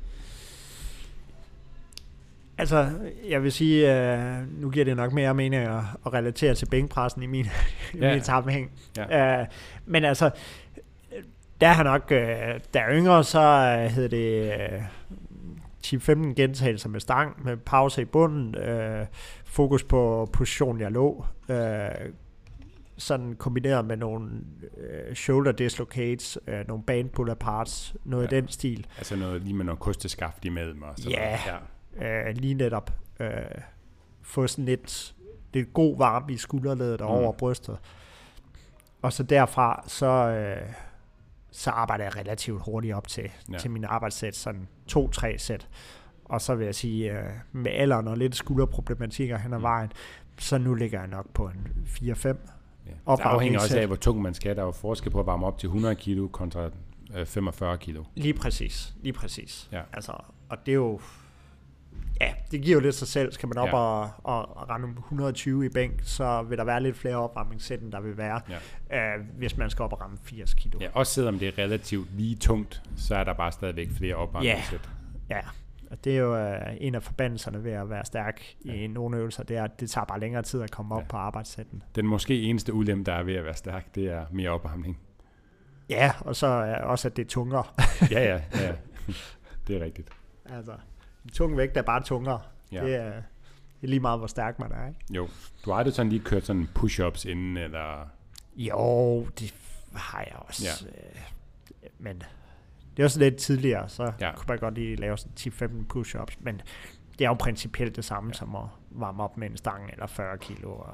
Altså, jeg vil sige, uh, nu giver det nok mere mening at, at relatere til bænkpressen i min, ja. min sammenhæng. Ja. Uh, men altså, der har nok, uh, der er yngre, så uh, hedder det uh, ti til femten gentagelser med stang, med pause i bunden, uh, fokus på positionen, jeg lå, uh, sådan kombineret med nogle uh, shoulder dislocates, uh, nogle band pull aparts, noget ja. i den stil. Altså noget lige med noget kosteskaft imellem og sådan yeah. noget. Ja. Uh, lige netop uh, få sådan lidt, lidt god varme i skulderledet og mm. over brystet. Og så derfra, så, uh, så arbejder jeg relativt hurtigt op til, ja. til min arbejdssæt, sådan to-tre sæt. Og så vil jeg sige, uh, med alderen og lidt skulderproblematikker hen ad mm. vejen, så nu ligger jeg nok på en fire fem. Ja. Det afhænger også af, hvor tung man skal. Der er jo forskel på at varme op til hundrede kilo kontra øh, femogfyrre kilo. Lige præcis, lige præcis. Ja. Altså, og det er jo, ja, det giver jo lidt sig selv. Skal man op ja. og, og, og rende et hundrede og tyve i bænk, så vil der være lidt flere opvarmningssæt, end der vil være, ja. øh, hvis man skal op og ramme firs kilo. Ja, også selvom det er relativt lige tungt, så er der bare stadigvæk flere opvarmningssæt. Ja, ja. Og det er jo øh, en af forbandelserne ved at være stærk ja. i nogle øvelser, det er, at det tager bare længere tid at komme op ja. på arbejdssætten. Den måske eneste ulempe, der er ved at være stærk, det er mere opvarmning. Ja, og så er også, at det er tungere. ja, ja, ja. Det er rigtigt. Altså, en tung vægt er bare tungere. Ja. Det, er, det er lige meget, hvor stærk man er, ikke? Jo. Du har aldrig sådan lige kørt sådan push-ups inden, eller? Jo, det har jeg også. Ja. Men det er også lidt tidligere, så ja. kunne man godt lige lave sådan ti til femten push-ups. Men det er jo principielt det samme, ja. som at varme op med en stang eller fyrre kilo. Og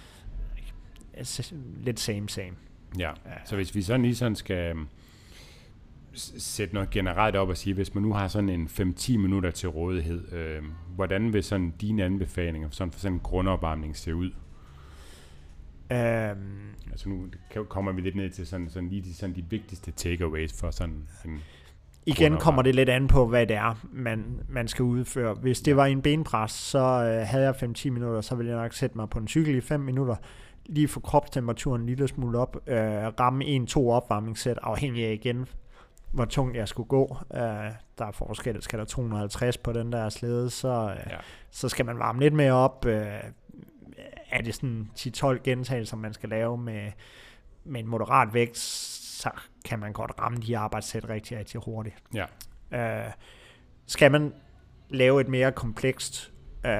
lidt same, same. Ja, ja. Så hvis vi sådan lige sådan skal sætte noget generelt op og sige, hvis man nu har sådan en fem til ti minutter til rådighed, øh, hvordan vil sådan dine anbefalinger sådan for sådan en grundopvarmning se ud? Um, altså nu kommer vi lidt ned til sådan, sådan lige de, sådan de vigtigste takeaways for sådan en igen kommer det lidt an på, hvad det er, man, man skal udføre. Hvis det var en benpres, så øh, havde jeg fem til ti minutter, så ville jeg nok sætte mig på en cykel i fem minutter, lige få kropstemperaturen en lille smule op, øh, ramme en til to opvarmningssæt, afhængig af igen, hvor tungt jeg skulle gå. Øh, der er forskel, skal der to hundrede og halvtreds på den der slæde, så, øh, ja. så skal man varme lidt mere op. Øh, er det sådan ti til tolv gentagelser, man skal lave med, med en moderat vægt, så kan man godt ramme de arbejdssæt rigtig, rigtig hurtigt. Ja. Øh, skal man lave et mere komplekst, øh,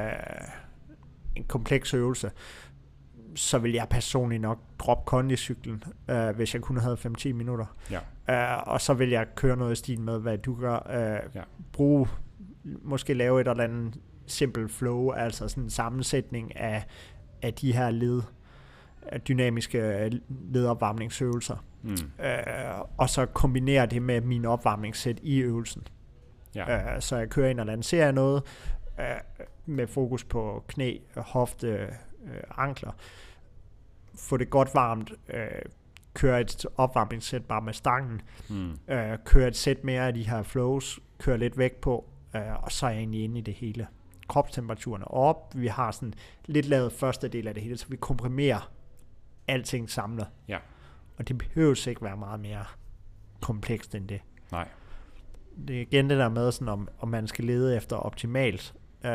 en kompleks øvelse, så vil jeg personligt nok droppe kondicyklen, øh, hvis jeg kun havde fem til ti minutter. Ja. Øh, og så vil jeg køre noget i stil med, hvad du gør. Øh, ja. Bruge, måske lave et eller andet simpelt flow, altså sådan en sammensætning af, af de her led, dynamiske ledopvarmningsøvelser. Mm. Øh, og så kombinere det med min opvarmningssæt i øvelsen. Ja. Øh, så jeg kører ind og lancerer noget øh, med fokus på knæ, hofte, øh, ankler. Få det godt varmt. Øh, køre et opvarmningssæt bare med stangen. Mm. Øh, køre et sæt mere af de her flows. Køre lidt væk på. Øh, og så er jeg egentlig inde i det hele. Kropstemperaturen er op. Vi har sådan lidt lavet første del af det hele, så vi komprimerer alting samlet. Ja. Og det behøves ikke være meget mere komplekst end det. Nej. Det er igen det der med, sådan om, om man skal lede efter optimalt, øh,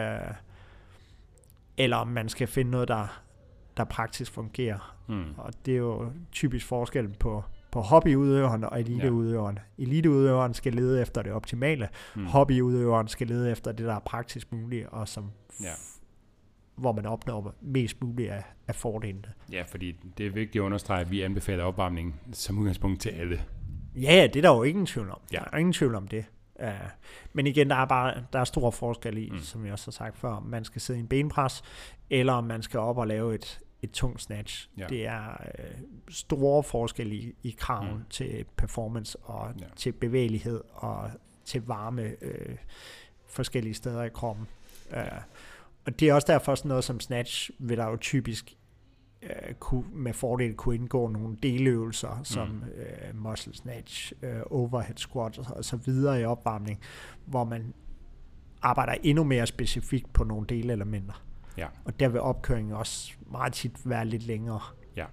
eller om man skal finde noget, der, der praktisk fungerer. Mm. Og det er jo typisk forskellen på, på hobbyudøveren og eliteudøveren. Ja. Eliteudøveren skal lede efter det optimale. Mm. Hobbyudøveren skal lede efter det, der er praktisk muligt, og som ja. hvor man opnår mest muligt af, af fordelene. Ja, fordi det er vigtigt at understrege, at vi anbefaler opvarmning som udgangspunkt til alle. Ja, det er der jo ingen tvivl om. Ja. Der er ingen tvivl om det. Uh, men igen, der er bare der er stor forskel i, mm. som jeg også har sagt før, om man skal sidde i en benpres, eller om man skal op og lave et, et tungt snatch. Ja. Det er uh, store forskel i, i kraven mm. til performance, og ja. til bevægelighed, og til varme uh, forskellige steder i kroppen. Uh, Og det er også derfor sådan noget som snatch vil der jo typisk øh, kunne, med fordel kunne indgå nogle deløvelser, mm. som øh, muscle snatch, øh, overhead squat og, og så videre i opvarmning, hvor man arbejder endnu mere specifikt på nogle delelementer. Ja. Og der vil opkøringen også meget tit være lidt længere. Ja.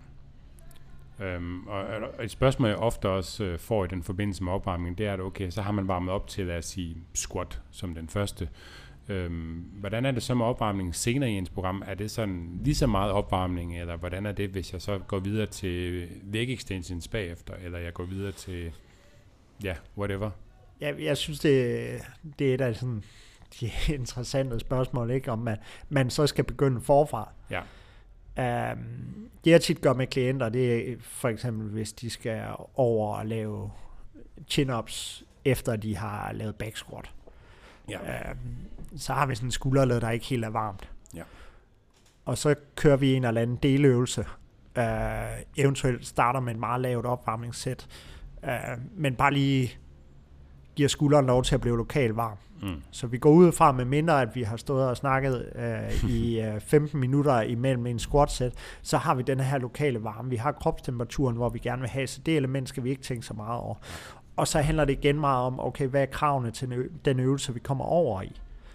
Øhm, og, og et spørgsmål, jeg ofte også øh, får i den forbindelse med opvarmning, det er, at okay, så har man varmet op til, lad os sige, squat som den første. Øhm, hvordan er det så med opvarmning senere i ens program? Er det sådan lige så meget opvarmning, eller hvordan er det, hvis jeg så går videre til leg extensions bagefter, eller jeg går videre til, ja, whatever? Ja, jeg synes, det, det er da sådan de interessante spørgsmål, ikke? Om man, man så skal begynde forfra. Ja. Um, det jeg tit gør med klienter, det er for eksempel, hvis de skal over og lave chin-ups, efter de har lavet back squat. Ja. Um, så har vi sådan en skulderled, der ikke helt er varmt. Ja. Og så kører vi en eller anden deløvelse. Uh, eventuelt starter med et meget lavt opvarmningssæt. Uh, men bare lige giver skulderen lov til at blive lokalt varm. Mm. Så vi går ud fra, med mindre at vi har stået og snakket uh, i uh, femten minutter imellem en squat-sæt, så har vi den her lokale varme. Vi har kropstemperaturen, hvor vi gerne vil have, så det element skal vi ikke tænke så meget over. Og så handler det igen meget om, okay, hvad er kravene til den øvelse, vi kommer over i? Ja.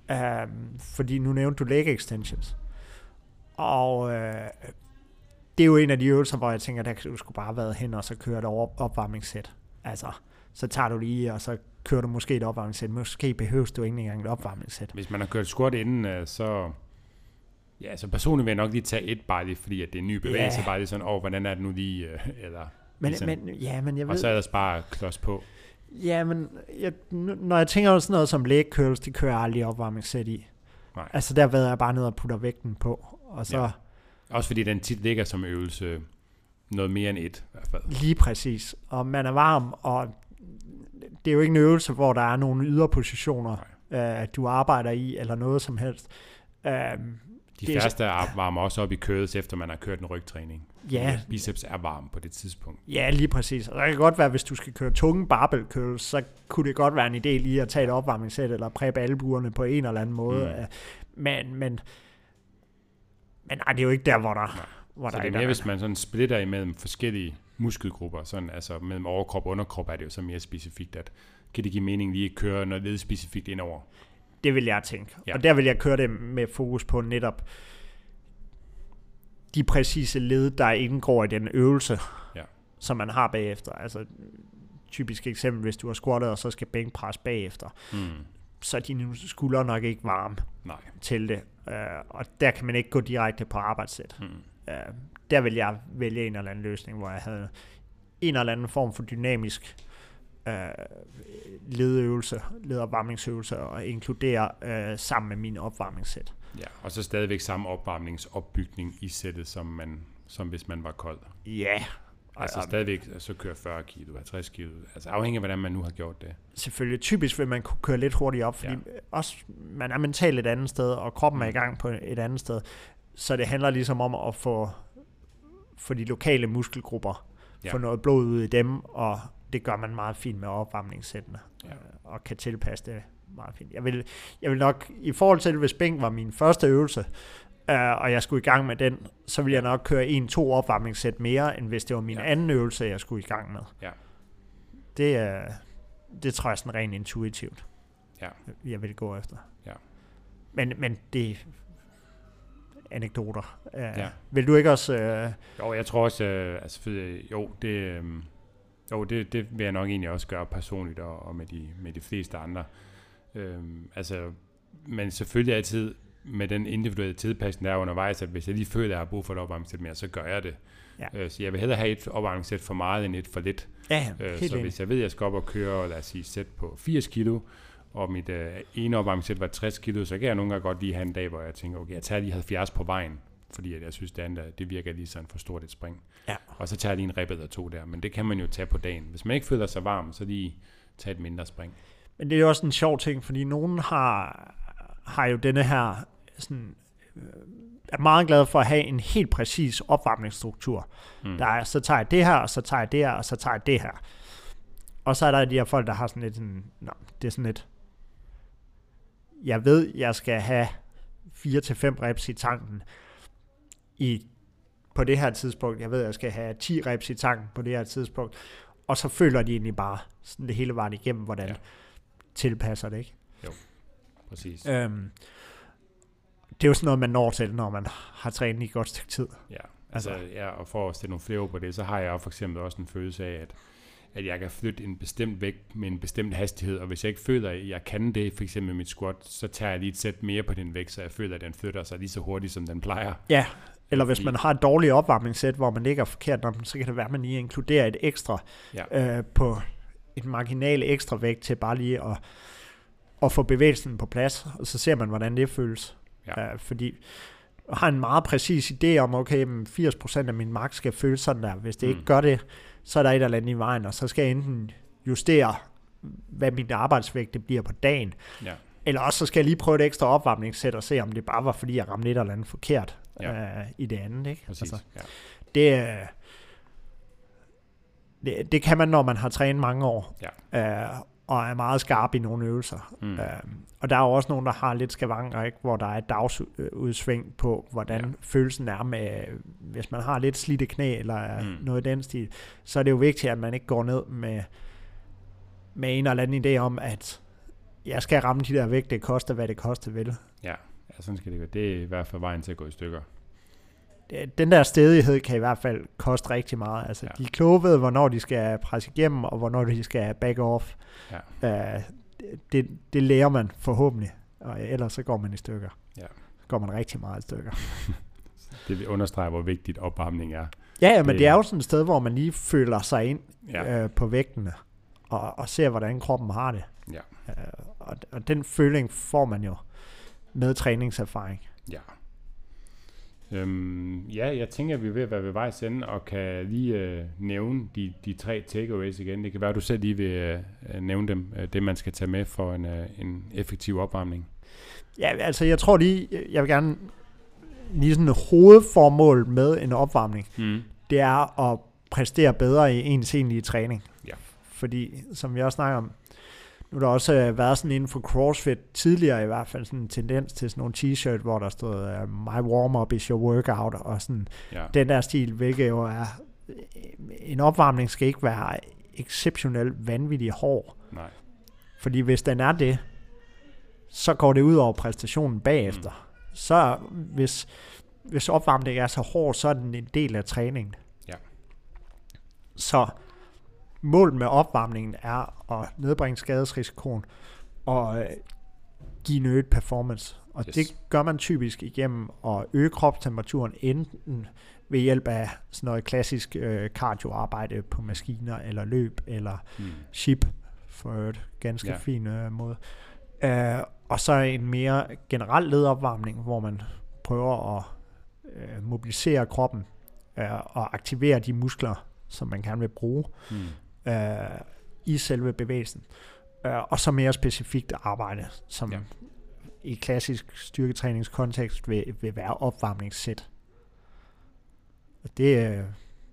Øh, fordi nu nævnte du leg extensions. Og øh, det er jo en af de øvelser, hvor jeg tænker, der kan du sgu bare have været hen og så køre et opvarmningssæt. Altså, så tager du lige, og så kører du måske et opvarmningssæt. Måske behøves du ikke engang et opvarmningssæt. Hvis man har kørt squat inden, så... Ja, så personligt vil jeg nok lige tage et, bare lige, fordi at det er en ny bevægelse, yeah. bare lige sådan, åh, hvordan er det nu lige, øh, eller... Men, ligesom, men, ja, men jeg ved... Og så er der bare klods på. Ja, men jeg, når jeg tænker sådan noget som leg curls, de kører aldrig opvarmningssæt i. Nej. Altså der ved jeg bare ned og putter vægten på, og så... Ja. Også fordi den tit ligger som øvelse noget mere end et, i hvert fald. Lige præcis. Og man er varm, og det er jo ikke en øvelse, hvor der er nogle yderpositioner, øh, du arbejder i, eller noget som helst. Øh, De færreste er varmer også op i curls, efter man har kørt en rygtræning. Ja. Biceps er varm på det tidspunkt. Ja, lige præcis. Og det kan godt være, hvis du skal køre tunge barbell curls, så kunne det godt være en idé lige at tage et opvarmningssæt, eller præppe albuerne på en eller anden måde. Mm. Men, men, men ej, det er jo ikke der, hvor der, hvor så der det er mere, mere, hvis man sådan splitter imellem forskellige muskelgrupper, sådan, altså mellem overkrop og underkrop, er det jo så mere specifikt, at kan det give mening lige at køre noget lidt specifikt indover? Det vil jeg tænke. Ja. Og der vil jeg køre det med fokus på netop de præcise led, der indgår i den øvelse, ja. som man har bagefter. Altså typisk eksempel, hvis du har squattet, og så skal bænkpres bagefter, mm. så er dine skuldre nok ikke varme Nej. til det. Uh, og der kan man ikke gå direkte på arbejdssæt. Mm. Uh, der vil jeg vælge en eller anden løsning, hvor jeg havde en eller anden form for dynamisk uh, ledøvelse, lederopvarmningsøvelse, og inkludere uh, sammen med min opvarmningssæt. Ja, og så stadigvæk samme opvarmningsopbygning i sættet, som, man, som hvis man var kold. Ja. Altså stadigvæk så kører fyrre kilo, halvtreds kilo, altså afhængig af, hvordan man nu har gjort det. Selvfølgelig. Typisk vil man kunne køre lidt hurtigt op, fordi ja. også man er mentalt et andet sted, og kroppen er i gang på et andet sted. Så det handler ligesom om at få, få de lokale muskelgrupper, ja. få noget blod ud i dem, og det gør man meget fint med opvarmningssættene, ja. og kan tilpasse det meget fint. Jeg vil, jeg vil nok, i forhold til, hvis bænk var min første øvelse, Uh, og jeg skulle i gang med den, så ville jeg nok køre en-to opvarmningssæt mere, end hvis det var min ja. anden øvelse, jeg skulle i gang med. Ja. Det, uh, det tror jeg sådan rent intuitivt, ja. jeg vil gå efter. Ja. Men, men det er anekdoter. Uh, ja. Vil du ikke også... Uh... Jo, jeg tror også, uh, altså, for, jo, det, um, jo det, det vil jeg nok egentlig også gøre personligt, og, og med, de, med de fleste andre. Um, altså, men selvfølgelig altid med den individuelle tilpasning, der er undervejs, at hvis jeg lige føler, at jeg har brug for et opvarmningssæt mere, så gør jeg det. Ja. Øh, så jeg vil hellere have et opvarmningssæt for meget, end et for lidt. Ja, øh, så hvis jeg ved, at jeg skal op og køre, lad os sige, sæt på firs kilo, og mit øh, ene opvarmningssæt var tres kilo, så kan jeg nogle gange godt lige have en dag, hvor jeg tænker, okay, jeg tager lige halvfjerds på vejen, fordi at jeg synes, det andet, det virker lige sådan for stort et spring. Ja. Og så tager jeg lige en rep eller to der, men det kan man jo tage på dagen. Hvis man ikke føler sig varm, så lige tage et mindre spring. Men det er jo også en sjov ting, fordi nogen har, har jo denne her sådan, øh, er meget glad for at have en helt præcis opvarmningsstruktur. Mm. Der er, så tager jeg det her, og så tager jeg det her, og så tager jeg det her. Og så er der de her folk, der har sådan lidt sådan, nå, det er sådan lidt, jeg ved, jeg skal have fire til fem reps i tanken i, på det her tidspunkt. Jeg ved, jeg skal have ti reps i tanken på det her tidspunkt. Og så føler de egentlig bare sådan det hele vejen igennem, hvordan ja. tilpasser det, ikke? Jo, præcis. Øhm, det er jo sådan noget, man når til, når man har trænet i et godt stykke tid. Ja, altså, altså ja, og for at stille nogle flere på det, så har jeg for eksempel også en følelse af, at, at jeg kan flytte en bestemt vægt med en bestemt hastighed, og hvis jeg ikke føler, at jeg kan det, for eksempel med mit squat, så tager jeg lige et sæt mere på den vægt, så jeg føler, at den flytter sig lige så hurtigt, som den plejer. Ja, eller hvis man har et dårligt opvarmningssæt, hvor man ligger forkert, så kan det være, at man lige inkluderer et ekstra ja. øh, på et marginal ekstra vægt til bare lige at, at få bevægelsen på plads, og så ser man, hvordan det føles. Ja. Uh, fordi jeg har en meget præcis idé om, okay, firs procent af min max skal føles sådan der. Hvis det mm. ikke gør det, så er der et eller andet i vejen, og så skal jeg enten justere, hvad min arbejdsvægt det bliver på dagen, ja. eller også så skal jeg lige prøve et ekstra opvarmningssæt og se, om det bare var, fordi jeg ramte et eller andet forkert ja. uh, i det andet. Ikke? Altså, ja. det, det, det kan man, når man har trænet mange år. Ja. Uh, og er meget skarp i nogle øvelser. Mm. Øhm, og der er jo også nogen, der har lidt skavanker, ikke? Hvor der er et dagsudsving på, hvordan ja. følelsen er med, hvis man har lidt slidte knæ, eller mm. noget i den stil, så er det jo vigtigt, at man ikke går ned med, med en eller anden idé om, at jeg skal ramme de der vægt, det koster, hvad det koster vil. Ja, ja, sådan skal det være. Det er i hvert fald vejen til at gå i stykker. Den der stedighed kan i hvert fald koste rigtig meget. Altså, ja. De er kloge ved, hvornår de skal presse igennem, og hvornår de skal back off. Ja. Uh, det, det lærer man forhåbentlig, og ellers så går man i stykker. Ja. Så går man rigtig meget i stykker. Det understreger, hvor vigtigt opvarmning er. Ja, ja men det, det er jo sådan et sted, hvor man lige føler sig ind ja. uh, på vægtene, og, og ser, hvordan kroppen har det. Ja. Uh, og, og den føling får man jo med træningserfaring. Ja. Øhm, ja, jeg tænker, at vi er ved at være ved vejs ende, og kan lige øh, nævne de, de tre takeaways igen. Det kan være, at du selv lige vil øh, nævne dem, øh, det man skal tage med for en, øh, en effektiv opvarmning. Ja, altså jeg tror lige, jeg vil gerne lige sådan et hovedformål med en opvarmning, mm. det er at præstere bedre i ens egentlige træning. Ja. Fordi, som vi også snakker om, nu har der også øh, været sådan inden for CrossFit tidligere i hvert fald sådan en tendens til sådan nogle t-shirt, hvor der stod uh, my warm-up is your workout, og sådan ja. Den der stil, hvilket jo er, en opvarmning skal ikke være exceptionelt vanvittigt hård. Nej. Fordi hvis den er det, så går det ud over præstationen bagefter. Mm. Så hvis, hvis opvarmningen er så hård, så er den en del af træningen. Ja. Så målet med opvarmningen er at nedbringe skadesrisikoen og øh, give en øget performance. Og yes. Det gør man typisk igennem at øge kropstemperaturen enten ved hjælp af sådan noget klassisk øh, cardioarbejde på maskiner eller løb eller mm. chip for et ganske yeah. fin øh, måde. Øh, og så en mere generel ledopvarmning, hvor man prøver at øh, mobilisere kroppen øh, og aktivere de muskler, som man gerne vil bruge. Mm. Uh, i selve bevægelsen. Uh, og så mere specifikt arbejde, som ja. I klassisk styrketræningskontekst vil, vil være opvarmningssæt. Og det, uh,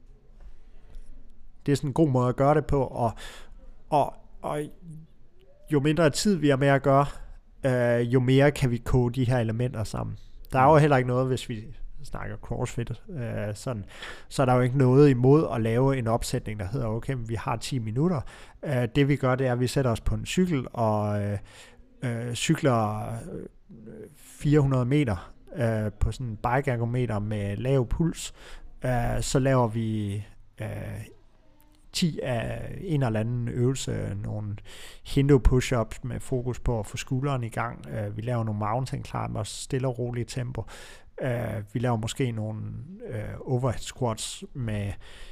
det er sådan en god måde at gøre det på, og, og, og jo mindre tid vi har med at gøre, uh, jo mere kan vi kode de her elementer sammen. Der er jo heller ikke noget, hvis vi snakker CrossFit, øh, sådan, så er der jo ikke noget imod at lave en opsætning, der hedder, okay, vi har ti minutter. Øh, det vi gør, det er, at vi sætter os på en cykel og øh, øh, cykler fire hundrede meter øh, på sådan en bike-ergometer med lav puls. Øh, så laver vi øh, ti af en eller anden øvelse, nogle Hindu push-ups med fokus på at få skulderen i gang. Øh, vi laver nogle mountain climbers, stille og roligt tempo. Uh, vi laver måske nogle uh, overhead squats med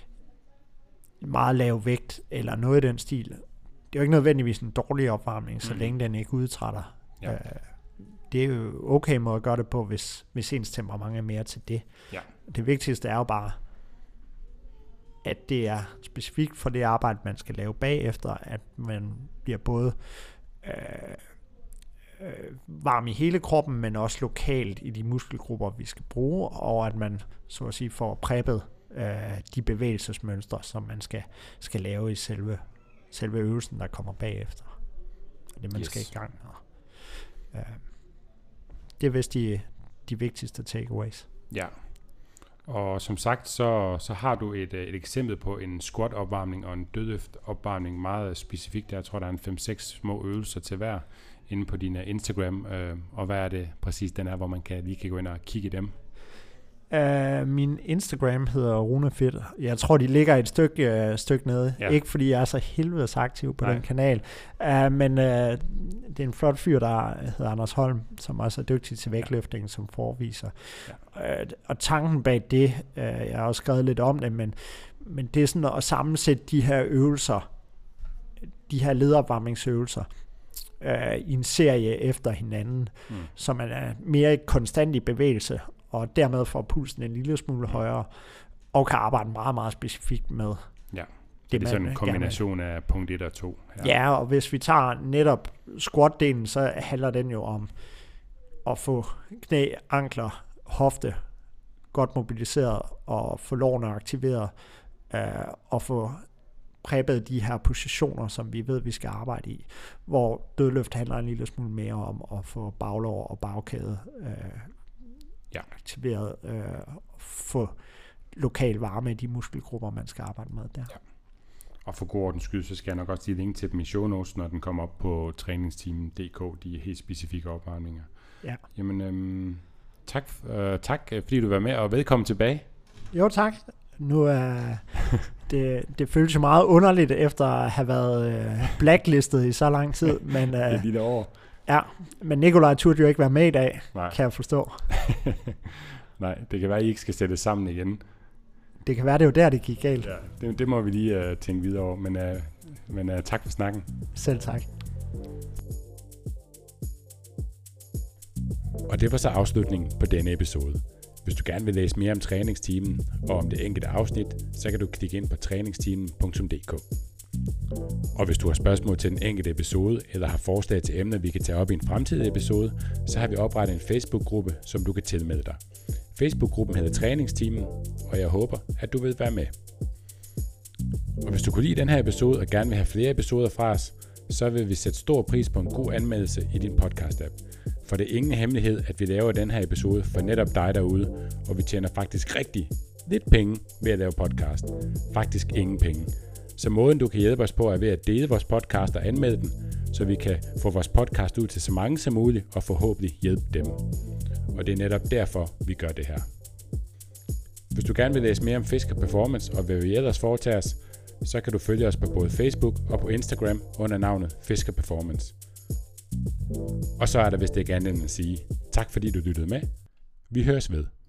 meget lav vægt, eller noget i den stil. Det er jo ikke nødvendigvis en dårlig opvarmning, så mm. længe den ikke udtrætter. Ja. Uh, det er jo okay måde at gøre det på, hvis, hvis ens temperament er mere til det. Ja. Det vigtigste er jo bare, at det er specifikt for det arbejde, man skal lave bagefter, at man bliver både uh, varm i hele kroppen, men også lokalt i de muskelgrupper, vi skal bruge, og at man, så at sige, får præppet øh, de bevægelsesmønstre, som man skal, skal lave i selve, selve øvelsen, der kommer bagefter. Det, man yes. skal i gang med. Øh, det er vist de, de vigtigste takeaways. Ja, og som sagt, så, så har du et, et eksempel på en squat-opvarmning og en dødløft-opvarmning, meget specifikt. Jeg tror, der er en fem seks små øvelser til hver inde på din Instagram, øh, og hvad er det præcis, den er, hvor man kan lige kan gå ind og kigge i dem? Uh, min Instagram hedder RuneFit. Jeg tror, de ligger et stykke, uh, stykke nede. Ja. Ikke fordi jeg er så helvedes aktiv på Nej. Den kanal, uh, men uh, det er en flot fyr, der hedder Anders Holm, som også er dygtig til vægtløftning, ja. Som forviser. Ja. Uh, og tanken bag det, uh, jeg har også skrevet lidt om det, men, men det er sådan at sammensætte de her øvelser, de her lederopvarmningsøvelser, Uh, i en serie efter hinanden, mm. så man er mere konstant i bevægelse, og dermed får pulsen en lille smule mm. højere, og kan arbejde meget, meget specifikt med. Ja, det, det er sådan en kombination gerne. Af punkt et og to. Ja. ja, og hvis vi tager netop squat-delen, så handler den jo om at få knæ, ankler, hofte godt mobiliseret, og få lårene aktiveret, uh, og få præppet de her positioner, som vi ved, vi skal arbejde i, hvor dødløft handler en lille smule mere om at få baglår og bagkæde øh, ja. aktiveret, øh, få lokal varme i de muskelgrupper, man skal arbejde med der. Ja. Og for god ordens skyld, så skal jeg nok også lige linke til dem i show notes, når den kommer op på træningsteam punktum d k, de helt specifikke opvarmninger. Ja. Jamen, øhm, tak, øh, tak fordi du var med, og velkommen tilbage. Jo, tak. Nu er det, det føles jo meget underligt, efter at have været øh, blacklistet i så lang tid. Men, øh, et lille år. Ja, men Nikolaj turde jo ikke være med i dag, Nej. kan jeg forstå. Nej, det kan være, at I ikke skal sætte sammen igen. Det kan være, det er jo der, det gik galt. Ja, det, det må vi lige uh, tænke videre over, men, uh, men uh, tak for snakken. Selv tak. Og det var så afslutningen på denne episode. Hvis du gerne vil læse mere om træningsteamen og om det enkelte afsnit, så kan du klikke ind på træningsteamen punktum d k. Og hvis du har spørgsmål til den enkelte episode, eller har forslag til emner, vi kan tage op i en fremtidig episode, så har vi oprettet en Facebook-gruppe, som du kan tilmelde dig. Facebook-gruppen hedder Træningsteamen, og jeg håber, at du vil være med. Og hvis du kunne lide den her episode og gerne vil have flere episoder fra os, så vil vi sætte stor pris på en god anmeldelse i din podcast-app. For det er ingen hemmelighed, at vi laver den her episode for netop dig derude, og vi tjener faktisk rigtig lidt penge ved at lave podcast. Faktisk ingen penge. Så måden du kan hjælpe os på er ved at dele vores podcast og anmelde den, så vi kan få vores podcast ud til så mange som muligt og forhåbentlig hjælpe dem. Og det er netop derfor, vi gør det her. Hvis du gerne vil læse mere om Fisker Performance og hvad vi ellers foretager os, så kan du følge os på både Facebook og på Instagram under navnet Fisker Performance. Og så er der vist ikke andet end at sige tak fordi du lyttede med. Vi høres ved.